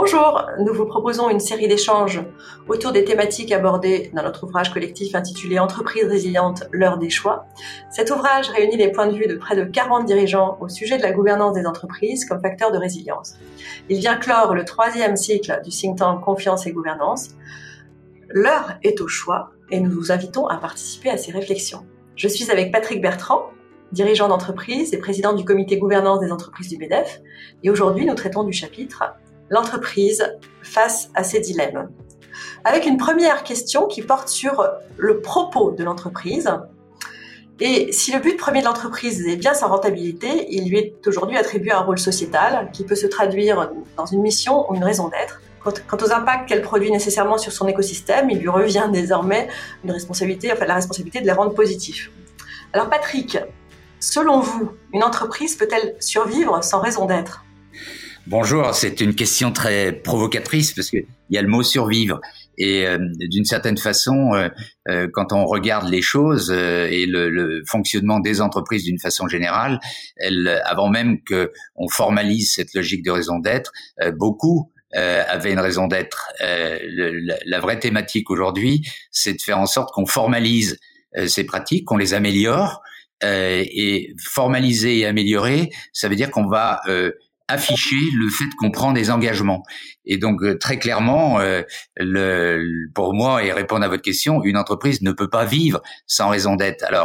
Bonjour, nous vous proposons une série d'échanges autour des thématiques abordées dans notre ouvrage collectif intitulé Entreprises résilientes, l'heure des choix. Cet ouvrage réunit les points de vue de près de 40 dirigeants au sujet de la gouvernance des entreprises comme facteur de résilience. Il vient clore le 3e cycle du think tank Confiance et Gouvernance. L'heure est au choix et nous vous invitons à participer à ces réflexions. Je suis avec Patrick Bertrand, dirigeant d'entreprise et président du comité gouvernance des entreprises du MEDEF. Et aujourd'hui, nous traitons du chapitre l'entreprise face à ses dilemmes. Avec une première question qui porte sur le propos de l'entreprise. Et si le but premier de l'entreprise est bien sa rentabilité, il lui est aujourd'hui attribué un rôle sociétal qui peut se traduire dans une mission ou une raison d'être. Quant aux impacts qu'elle produit nécessairement sur son écosystème, il lui revient désormais la responsabilité de les rendre positifs. Alors Patrick, selon vous, une entreprise peut-elle survivre sans raison d'être ? Bonjour, c'est une question très provocatrice parce que il y a le mot survivre et d'une certaine façon, quand on regarde les choses et le fonctionnement des entreprises d'une façon générale, avant même que on formalise cette logique de raison d'être, beaucoup avaient une raison d'être. La vraie thématique aujourd'hui, c'est de faire en sorte qu'on formalise ces pratiques, qu'on les améliore et formaliser et améliorer, ça veut dire qu'on va afficher le fait qu'on prend des engagements. Et donc très clairement, pour moi, et répondre à votre question, une entreprise ne peut pas vivre sans raison d'être. Alors,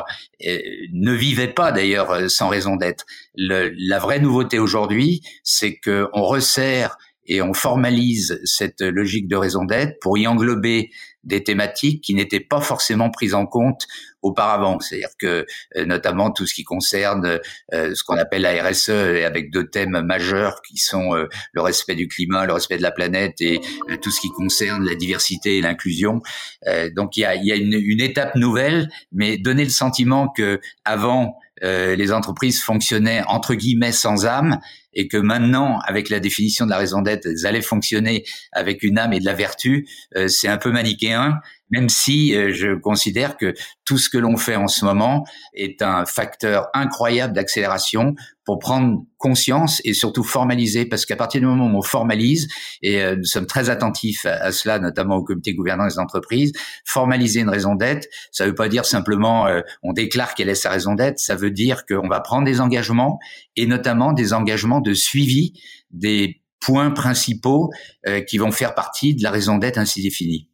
ne vivez pas d'ailleurs sans raison d'être. La vraie nouveauté aujourd'hui, c'est que on resserre et on formalise cette logique de raison d'être pour y englober des thématiques qui n'étaient pas forcément prises en compte auparavant. C'est-à-dire que notamment tout ce qui concerne ce qu'on appelle la RSE, et avec deux thèmes majeurs qui sont le respect du climat, le respect de la planète et tout ce qui concerne la diversité et l'inclusion. Donc il y a une étape nouvelle, mais donner le sentiment que avant les entreprises fonctionnaient entre guillemets sans âme, et que maintenant, avec la définition de la raison d'être, elles allaient fonctionner avec une âme et de la vertu, c'est un peu manichéen, même si je considère que tout ce que l'on fait en ce moment est un facteur incroyable d'accélération pour prendre conscience et surtout formaliser, parce qu'à partir du moment où on formalise, et nous sommes très attentifs à cela, notamment au comité gouvernance des entreprises, formaliser une raison d'être, ça ne veut pas dire simplement on déclare quelle est sa raison d'être, ça veut dire qu'on va prendre des engagements, et notamment des engagements de suivi des points principaux qui vont faire partie de la raison d'être ainsi définie.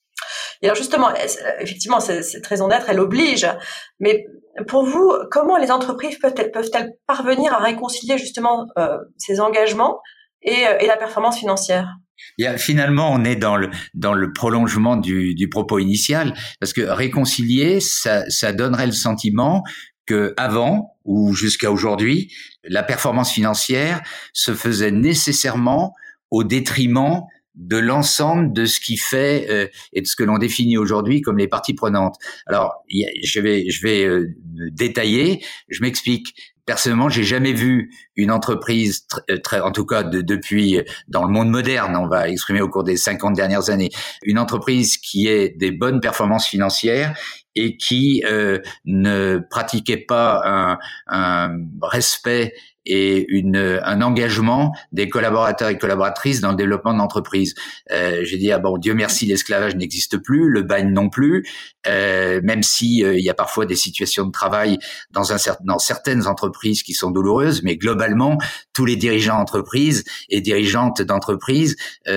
Et alors justement, effectivement, cette raison d'être, elle oblige. Mais pour vous, comment les entreprises peuvent-elles parvenir à réconcilier justement ces engagements et la performance financière ? Bien, finalement, on est dans le prolongement du propos initial, parce que réconcilier, ça donnerait le sentiment que avant ou jusqu'à aujourd'hui, la performance financière se faisait nécessairement au détriment de l'ensemble de ce qui fait et de ce que l'on définit aujourd'hui comme les parties prenantes. Alors, je vais détailler. Je m'explique. Personnellement, j'ai jamais vu une entreprise, en tout cas depuis dans le monde moderne, on va exprimer au cours des 50 dernières années, une entreprise qui ait des bonnes performances financières et qui ne pratiquait pas un respect et un engagement des collaborateurs et collaboratrices dans le développement de l'entreprise. J'ai dit Dieu merci, l'esclavage n'existe plus, le bagne non plus, même si il y a parfois des situations de travail dans certaines entreprises qui sont douloureuses, mais globalement tous les dirigeants d'entreprise et dirigeantes d'entreprise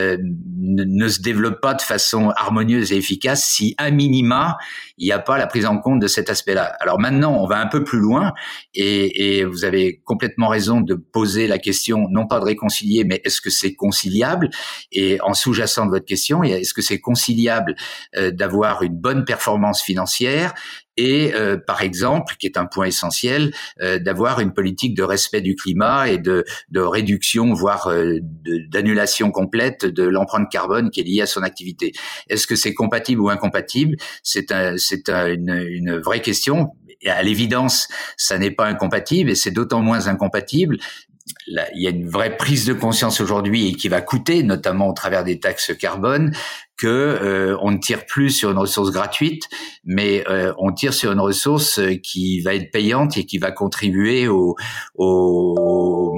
ne se développent pas de façon harmonieuse et efficace si à minima il n'y a pas la prise en compte de cet aspect-là. Alors maintenant on va un peu plus loin et vous avez complètement raison de poser la question, non pas de réconcilier, mais est-ce que c'est conciliable? Et en sous-jacent de votre question, est-ce que c'est conciliable d'avoir une bonne performance financière et par exemple, qui est un point essentiel, d'avoir une politique de respect du climat et de réduction, voire d'annulation complète de l'empreinte carbone qui est liée à son activité. Est-ce que c'est compatible ou incompatible? C'est une vraie question. Et à l'évidence, ça n'est pas incompatible, et c'est d'autant moins incompatible. Là, il y a une vraie prise de conscience aujourd'hui et qui va coûter, notamment au travers des taxes carbone, que on ne tire plus sur une ressource gratuite, mais on tire sur une ressource qui va être payante et qui va contribuer au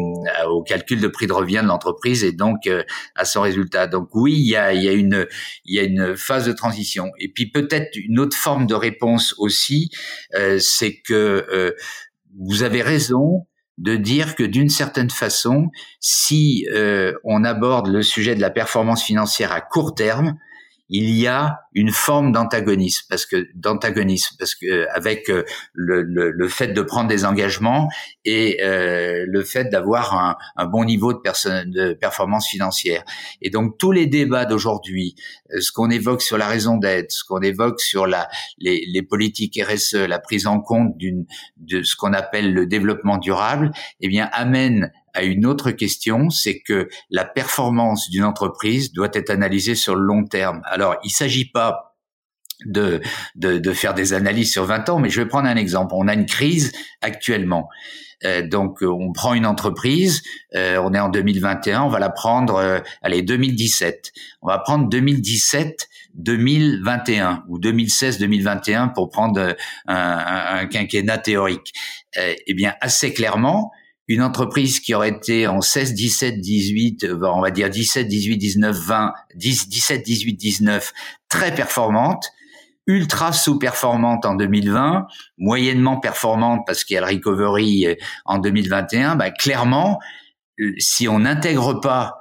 au calcul de prix de revient de l'entreprise et donc à son résultat. Donc oui, il y a une phase de transition. Et puis peut-être une autre forme de réponse aussi, c'est que vous avez raison de dire que d'une certaine façon, si on aborde le sujet de la performance financière à court terme, il y a une forme d'antagonisme parce que avec le fait de prendre des engagements et le fait d'avoir un bon niveau de performance financière. Et donc tous les débats d'aujourd'hui, ce qu'on évoque sur la raison d'être, ce qu'on évoque sur les politiques RSE, la prise en compte de ce qu'on appelle le développement durable, eh bien amène à une autre question, c'est que la performance d'une entreprise doit être analysée sur le long terme. Alors, il s'agit pas de faire des analyses sur 20 ans, mais je vais prendre un exemple. On a une crise actuellement. Donc, on prend une entreprise, on est en 2021, on va la prendre, 2017. On va prendre 2017-2021 ou 2016-2021 pour prendre un quinquennat théorique. Eh bien, assez clairement, une entreprise qui aurait été en 16, 17, 18, on va dire 17, 18, 19, 20, 17, 18, 19, très performante, ultra sous-performante en 2020, moyennement performante parce qu'il y a le recovery en 2021, clairement, si on n'intègre pas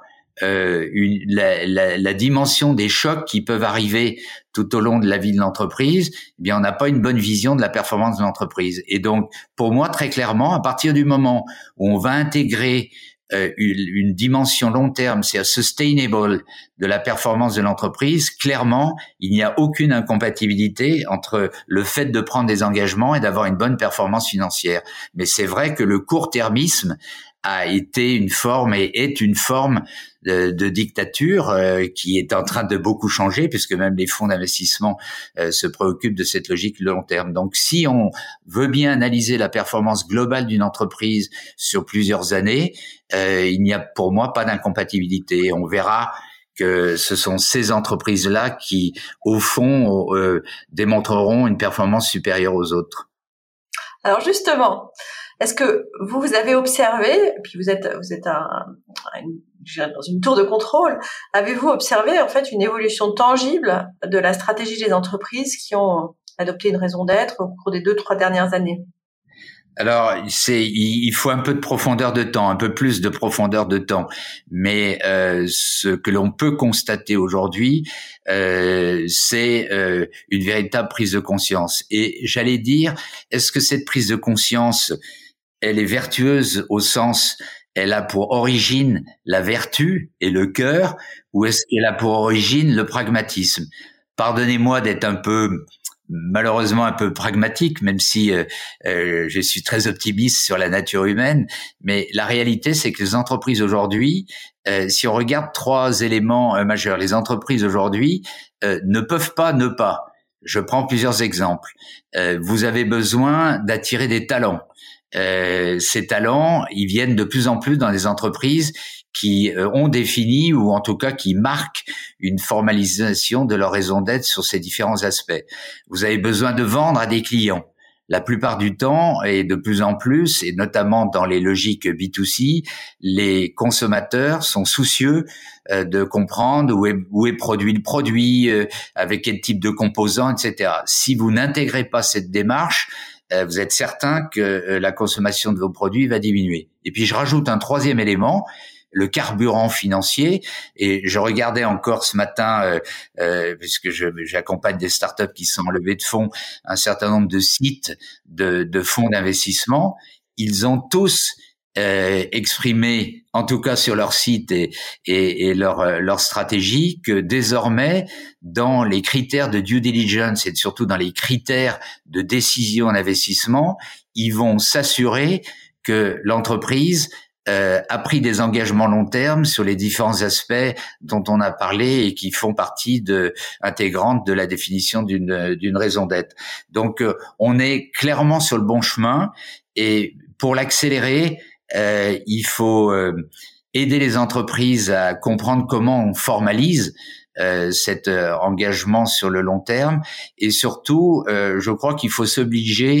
la dimension des chocs qui peuvent arriver tout au long de la vie de l'entreprise, eh bien on n'a pas une bonne vision de la performance de l'entreprise. Et donc pour moi très clairement, à partir du moment où on va intégrer une dimension long terme, c'est sustainable de la performance de l'entreprise, clairement, il n'y a aucune incompatibilité entre le fait de prendre des engagements et d'avoir une bonne performance financière. Mais c'est vrai que le court-termisme a été une forme et est une forme de dictature qui est en train de beaucoup changer puisque même les fonds d'investissement se préoccupent de cette logique long terme. Donc si on veut bien analyser la performance globale d'une entreprise sur plusieurs années, il n'y a pour moi pas d'incompatibilité. On verra que ce sont ces entreprises-là qui, au fond, démontreront une performance supérieure aux autres. Alors justement, est-ce que vous avez observé, puis vous êtes dans une tour de contrôle, avez-vous observé en fait une évolution tangible de la stratégie des entreprises qui ont adopté une raison d'être au cours des 2-3 dernières années? Alors, il faut un peu de profondeur de temps, un peu plus de profondeur de temps. Mais ce que l'on peut constater aujourd'hui, c'est une véritable prise de conscience. Et j'allais dire, est-ce que cette prise de conscience, elle est vertueuse au sens, elle a pour origine la vertu et le cœur, ou est-ce qu'elle a pour origine le pragmatisme? Pardonnez-moi d'être malheureusement un peu pragmatique, même si je suis très optimiste sur la nature humaine, mais la réalité, c'est que les entreprises aujourd'hui, si on regarde 3 éléments majeurs, les entreprises aujourd'hui ne peuvent pas ne pas. Je prends plusieurs exemples. Vous avez besoin d'attirer des talents. Ces talents, ils viennent de plus en plus dans les entreprises qui ont défini ou en tout cas qui marquent une formalisation de leur raison d'être sur ces différents aspects. Vous avez besoin de vendre à des clients. La plupart du temps et de plus en plus, et notamment dans les logiques B2C, les consommateurs sont soucieux de comprendre où est produit le produit, avec quel type de composants, etc. Si vous n'intégrez pas cette démarche, vous êtes certain que la consommation de vos produits va diminuer. Et puis je rajoute un 3e élément, le carburant financier. Et je regardais encore ce matin, puisque j'accompagne des startups qui sont en levée de fonds, un certain nombre de sites de fonds d'investissement. Ils ont tous exprimé, en tout cas sur leur site et leur stratégie, que désormais, dans les critères de due diligence et surtout dans les critères de décision d'investissement, ils vont s'assurer que l'entreprise a pris des engagements long terme sur les différents aspects dont on a parlé et qui font partie intégrante de la définition d'une raison d'être. Donc, on est clairement sur le bon chemin et pour l'accélérer, il faut aider les entreprises à comprendre comment on formalise cet engagement sur le long terme et surtout, je crois qu'il faut s'obliger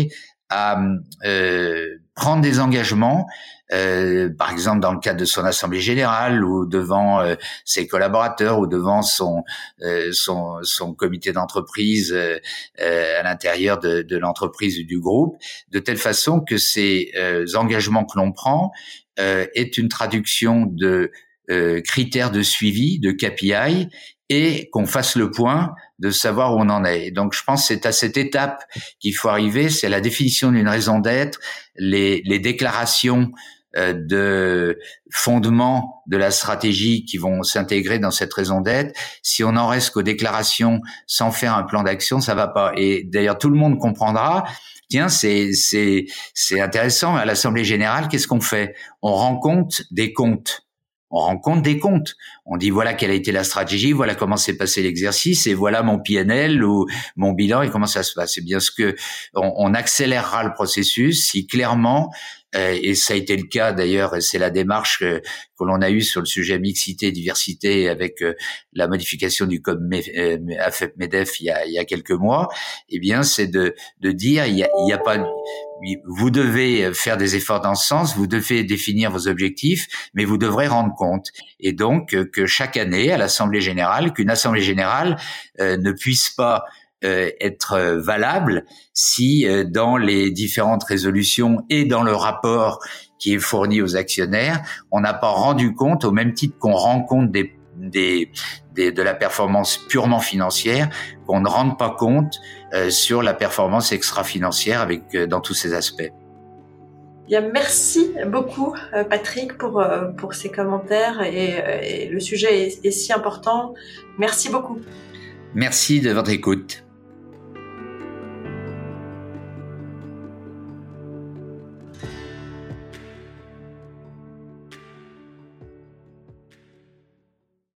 à prendre des engagements, par exemple dans le cadre de son assemblée générale ou devant ses collaborateurs ou devant son comité d'entreprise à l'intérieur de l'entreprise ou du groupe, de telle façon que ces engagements que l'on prend est une traduction de critères de suivi, de KPI, et qu'on fasse le point de savoir où on en est. Et donc, je pense que c'est à cette étape qu'il faut arriver, c'est la définition d'une raison d'être, les déclarations de fondement de la stratégie qui vont s'intégrer dans cette raison d'être. Si on en reste qu'aux déclarations sans faire un plan d'action, ça va pas. Et d'ailleurs, tout le monde comprendra. Tiens, c'est intéressant. À l'Assemblée générale, qu'est-ce qu'on fait? On rend compte des comptes. On rend compte des comptes. On dit voilà quelle a été la stratégie, voilà comment s'est passé l'exercice et voilà mon PNL ou mon bilan et comment ça se passe. C'est bien ce que on accélérera le processus si clairement et ça a été le cas d'ailleurs, et c'est la démarche que l'on a eue sur le sujet mixité et diversité avec la modification du code AFEP-MEDEF il y a quelques mois. Eh bien, c'est de dire il y a pas, vous devez faire des efforts dans ce sens, vous devez définir vos objectifs, mais vous devrez rendre compte. Et donc que chaque année à l'Assemblée générale, qu'une Assemblée générale ne puisse pas être valable si dans les différentes résolutions et dans le rapport qui est fourni aux actionnaires, on n'a pas rendu compte, au même titre qu'on rend compte de la performance purement financière, qu'on ne rende pas compte sur la performance extra-financière avec dans tous ces aspects. Bien, merci beaucoup Patrick pour ces commentaires et le sujet est si important. Merci beaucoup. Merci de votre écoute.